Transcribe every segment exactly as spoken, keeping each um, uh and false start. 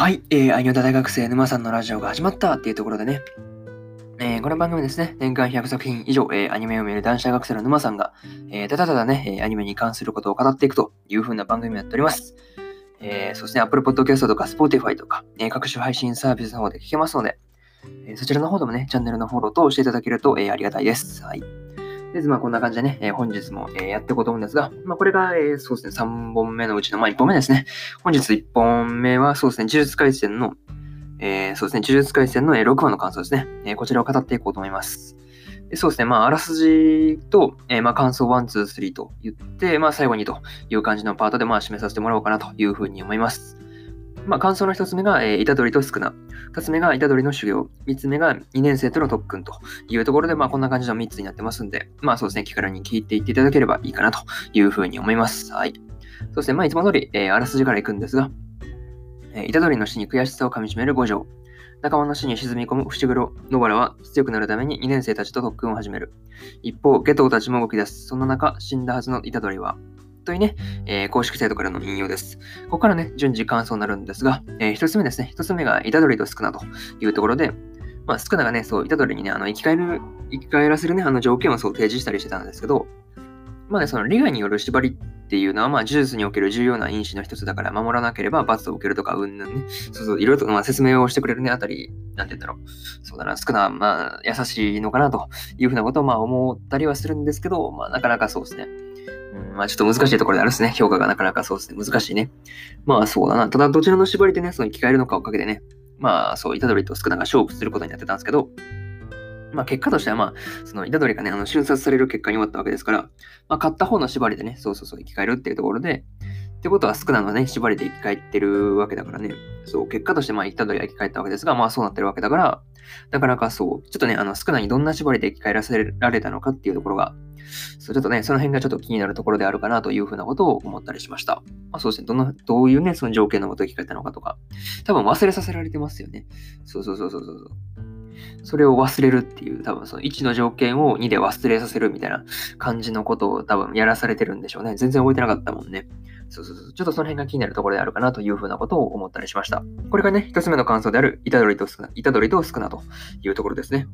はい、えー、アニオタ大学生沼さんのラジオが始まったっていうところでね、えーこの番組ですね、年間ひゃくさく品以上、えーアニメを見る男子大学生の沼さんが、えーただただね、えーアニメに関することを語っていくという風な番組をやっております。えーそして Apple Podcast とか Spotify とか、えー各種配信サービスの方で聞けますので、えーそちらの方でもね、チャンネルのフォローとしていただけると、えーありがたいです。はい。で、まあ、こんな感じでね、えー本日も、えーやっていこうと思うんですが、まあ、これが、えーそうですね、さんぼんめのうちの、まあ、いっぽんめですね。本日いっぽんめは、そうですね、呪術廻戦の、えーそうですね、呪術廻戦のえーろくわの感想ですね。えーこちらを語っていこうと思います。でそうですね、まあ、あらすじと、えーまあ、感想いち、に、さんと言って、まあ、最後にという感じのパートで、まあ、締めさせてもらおうかなというふうに思います。まあ、感想の一つ目が、えー、虎杖と宿儺。二つ目が虎杖の修行。三つ目がにねん生との特訓というところで、まあ、こんな感じのみっつになってますんで、まあ、そうですね、気軽に聞いていっていただければいいかなというふうに思います。はい。そうですね、まあ、いつも通り、えーあらすじからいくんですが、えー、虎杖の死に悔しさをかみしめる五条。仲間の死に沈み込む伏黒野原は強くなるためににねん生たちと特訓を始める。一方、下等たちも動き出す。そんな中、死んだはずの虎杖は、というね、えー公式サイトからの引用です。ここからね、順次感想になるんですが、えー一つ目ですね。一つ目が虎杖と宿儺というところで、まあ、宿儺がね、そう、虎杖にね、あの生き返る、生き返らせるね、あの条件をそう提示したりしてたんですけど、まあね、その利害による縛りっていうのは、まあ、呪術における重要な因子の一つだから、守らなければ罰を受けるとか、うんぬんね。そうそう、いろいろと、まあ、説明をしてくれるね、あたり、なんて言うんだろう。そうだな、少な、まあ、優しいのかな、というふうなことを、まあ、思ったりはするんですけど、まあ、なかなかそうですね。うん、まあ、ちょっと難しいところであるですね。評価がなかなかそうですね。難しいね。まあ、そうだな。ただ、どちらの縛りでね、その生き返るのかをかけてね、まあ、そう、虎杖と少なが勝負することになってたんですけど、まあ結果としてはまあ、その虎杖がね、あの瞬殺される結果に終わったわけですから、まあ勝った方の縛りでね、そうそうそう生き返るっていうところで、ってことは少なのね、縛りで生き返ってるわけだからね、そう、結果としてまあ虎杖が生き返ったわけですが、まあそうなってるわけだから、なかなかそう、ちょっとね、あの少なにどんな縛りで生き返らせられたのかっていうところが、そうちょっとね、その辺がちょっと気になるところであるかなというふうなことを思ったりしました。まあそうですね、どの、どういうね、その条件のもと生き返ったのかとか、多分忘れさせられてますよね。そうそうそうそうそう。それを忘れるっていう、多分そのいちの条件をにで忘れさせるみたいな感じのことを多分やらされてるんでしょうね。全然覚えてなかったもんね。そうそうそう。ちょっとその辺が気になるところであるかなというふうなことを思ったりしました。これがね、一つ目の感想である、虎杖と少な、虎杖と少なというところですね。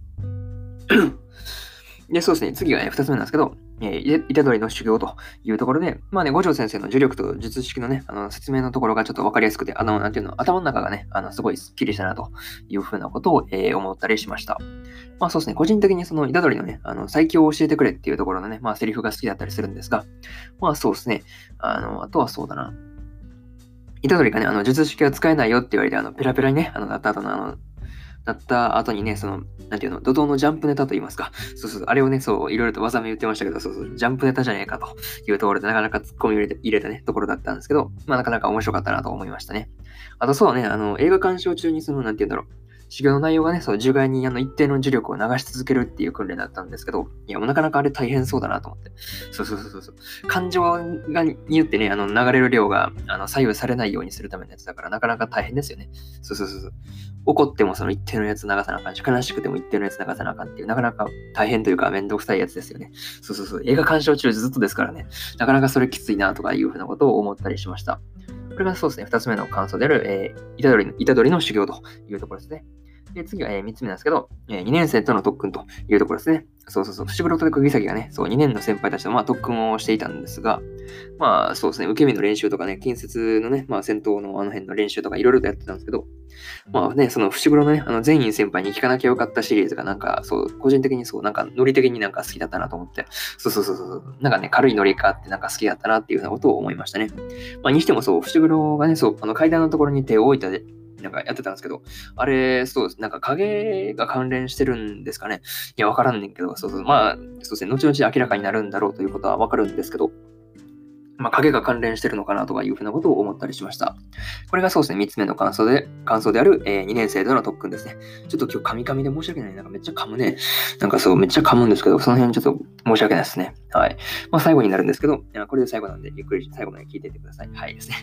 で、そうですね。次が、ね、二つ目なんですけど、えー、虎杖の修行というところで、まあね、五条先生の呪力と術式のね、あの説明のところがちょっとわかりやすくて、あの、なんていうの、頭の中がね、あの、すごいスッキリしたなというふうなことを、えー思ったりしました。まあそうですね、個人的にその虎杖のね、あの、最強を教えてくれっていうところのね、まあセリフが好きだったりするんですが、まあそうですね、あの、あとはそうだな。虎杖がね、あの、術式は使えないよって言われて、あの、ペラペラにね、あの、なった後のあの、なった後にね、その、なんていうの、怒涛のジャンプネタと言いますか。そうそう、あれをね、そう、いろいろと技名言ってましたけど、そうそう、ジャンプネタじゃねえかというところで、なかなか突っ込み入れて入れたね、ところだったんですけど、まあ、なかなか面白かったなと思いましたね。あとそうね、あの、映画鑑賞中にその、なんていうんだろう、修行の内容がね、そう、呪骸にあの一定の呪力を流し続けるっていう訓練だったんですけど、いや、もうなかなかあれ大変そうだなと思って。そうそうそうそう。感情がによってね、あの流れる量があの左右されないようにするためのやつだから、なかなか大変ですよね。そうそうそうそう。怒ってもその一定のやつ流さなあかんし、悲しくても一定のやつ流さなあかんっていう、なかなか大変というかめんどくさいやつですよね。そうそうそう。映画鑑賞中ずっとですからね、なかなかそれきついなとかいうふうなことを思ったりしました。これがそうですね、二つ目の感想である、えー、虎杖の、虎杖の修行というところですね。で、次は、えー、みっつめなんですけど、えー、にねん生との特訓というところですね。そうそうそう。伏黒と釘崎がね、そう、にねんの先輩たちと、まあ、特訓をしていたんですが、まあ、そうですね、受け身の練習とかね、近接のね、まあ、戦闘のあの辺の練習とかいろいろとやってたんですけど、まあね、その伏黒のね、あの、全員先輩に聞かなきゃよかったシリーズがなんか、そう、個人的にそう、なんか、ノリ的になんか好きだったなと思って、そうそうそうそう、なんかね、軽いノリがあってなんか好きだったなっていうようなことを思いましたね。まあ、にしてもそう、伏黒がね、そう、あの階段のところに手を置いたで、なんかやってたんですけど、あれ、そうです。なんか影が関連してるんですかね。いや、わからんねんけど、そうそう。まあ、そうですね。後々明らかになるんだろうということはわかるんですけど、まあ、影が関連してるのかなとかいうふうなことを思ったりしました。これがそうですね、みっつめの感想で、感想である、えー、にねん生での特訓ですね。ちょっと今日カミカミで申し訳ない。なんかめっちゃ噛むね。なんかそう、めっちゃ噛むんですけど、その辺ちょっと申し訳ないですね。はい。まあ、最後になるんですけど、これで最後なんで、ゆっくり最後まで聞いていってください。はいですね。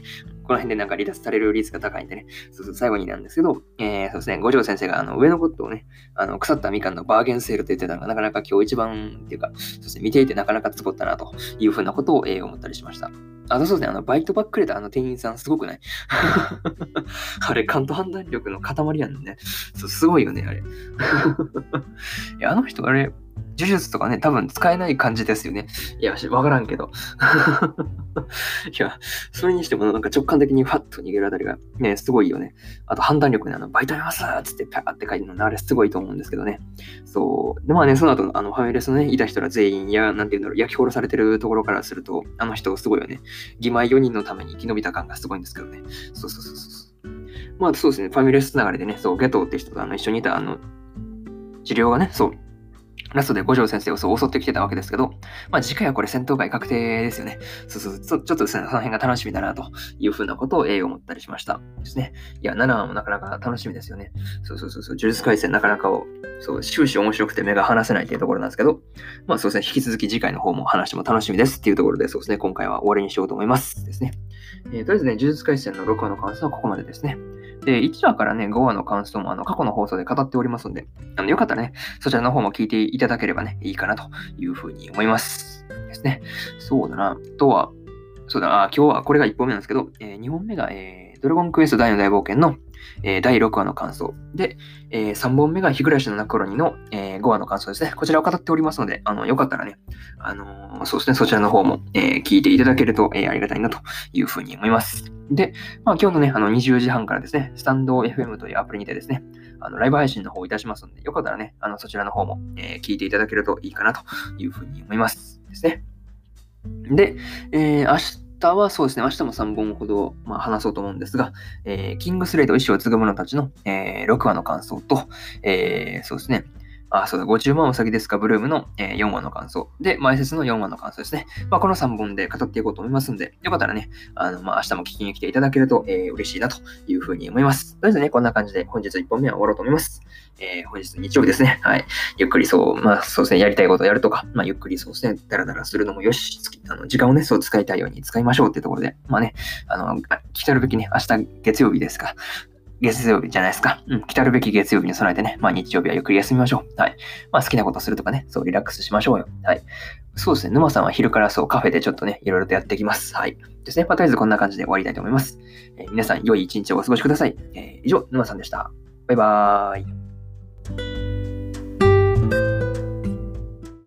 この辺でなんか離脱される率が高いんでね、そうそう、最後になんですけど、えー、そうですね、五条先生があの上のことをね、あの腐ったみかんのバーゲンセールと言ってたのが、なかなか今日一番っていうか、そうですね、見ていてなかなかつぼったなというふうなことを、えー、思ったりしました。あとそうですね、あの、バイトばっくれたあの店員さんすごくない？あれ、感と判断力の塊やんね。そう、すごいよね、あれ。いや、あの人、あれ、呪術とかね、多分使えない感じですよね。いや、わからんけど。いや、それにしてもなんか直感的にファッと逃げるあたりがね、すごいよね。あと判断力ね、あの、バイトやりますっつってパーって書いてるの、あれすごいと思うんですけどね。そう。で、まあね、その後、あの、ファミレスのね、いた人ら全員、や、なんていうんだろう、焼き殺されてるところからすると、あの人すごいよね。義妹よにんのために生き延びた感がすごいんですけどね。そうそうそうそう。まあそうですね、ファミレスつながりでね、そう、ゲトって人とあの一緒にいたあの、治療がね、そう、ラストで五条先生をそう襲ってきてたわけですけど、まあ次回はこれ戦闘会確定ですよね。そうそうそう、ちょっとですね、その辺が楽しみだなというふうなことを、えー、思ったりしましたですね。いや、ななわもなかなか楽しみですよね。そうそうそうそう、呪術廻戦なかなかを、そう、終始面白くて目が離せないというところなんですけど、まあそうですね、引き続き次回の方も話も楽しみですっていうところで、そうですね、今回は終わりにしようと思いますですね。えー、とりあえずね、呪術廻戦のろくわの感想はここまでですね。で、いちわからね、ごわの感想もあの過去の放送で語っておりますので、あのよかったらね、そちらの方も聞いていただければね、いいかなというふうに思います。ですね。そうだな。あとは、そうだな。あ、今日はこれがいっぽんめなんですけど、えー、にほんめが、えー、ドラゴンクエスト大の大冒険の、えー、だいろくわの感想。で、えー、さんぼんめが日暮らしの泣く頃にの、えー、ごわの感想ですね。こちらを語っておりますので、あのよかったらね、あのーそうですね、そちらの方も、えー聞いていただけると、えーありがたいなというふうに思います。で、まあ、今日のね、あのにじゅうじはんからですね、スタンド エフエム というアプリにてですね、あのライブ配信の方をいたしますので、よかったらね、あのそちらの方も、えー聞いていただけるといいかなというふうに思いますですね。で、えー明日はそうですね、明日もさんぼんほど、まあ、話そうと思うんですが、えーキングスレイド意志を継ぐ者たちの、えーろくわの感想と、えーそうですね、あ、そうだ、ごじゅうまんうさぎですか、ブルームの、えーよんわの感想。で、前説のよんわの感想ですね。まあ、このさんぼんで語っていこうと思いますんで、よかったらね、あの、まあ、明日も聞きに来ていただけると、えー嬉しいなというふうに思います。とりあえずね、こんな感じで本日いっぽんめは終わろうと思います。えー本日日曜日ですね。はい。ゆっくりそう、まあ、そうですね、やりたいことをやるとか、まあ、ゆっくりそうですね、ダラダラするのもよし、あの時間をね、そう使いたいように使いましょうっていうところで、まあね、あの、来たるべきね、明日月曜日ですか。月曜日じゃないですか。うん。来たるべき月曜日に備えてね、まあ日曜日はゆっくり休みましょう。はい。まあ好きなことするとかね、そうリラックスしましょうよ。はい。そうですね。沼さんは昼からそうカフェでちょっとね、いろいろとやっていきます。はい。ですね。まあとりあえずこんな感じで終わりたいと思います。えー皆さん良い一日をお過ごしください。えー以上、沼さんでした。バイバーイ。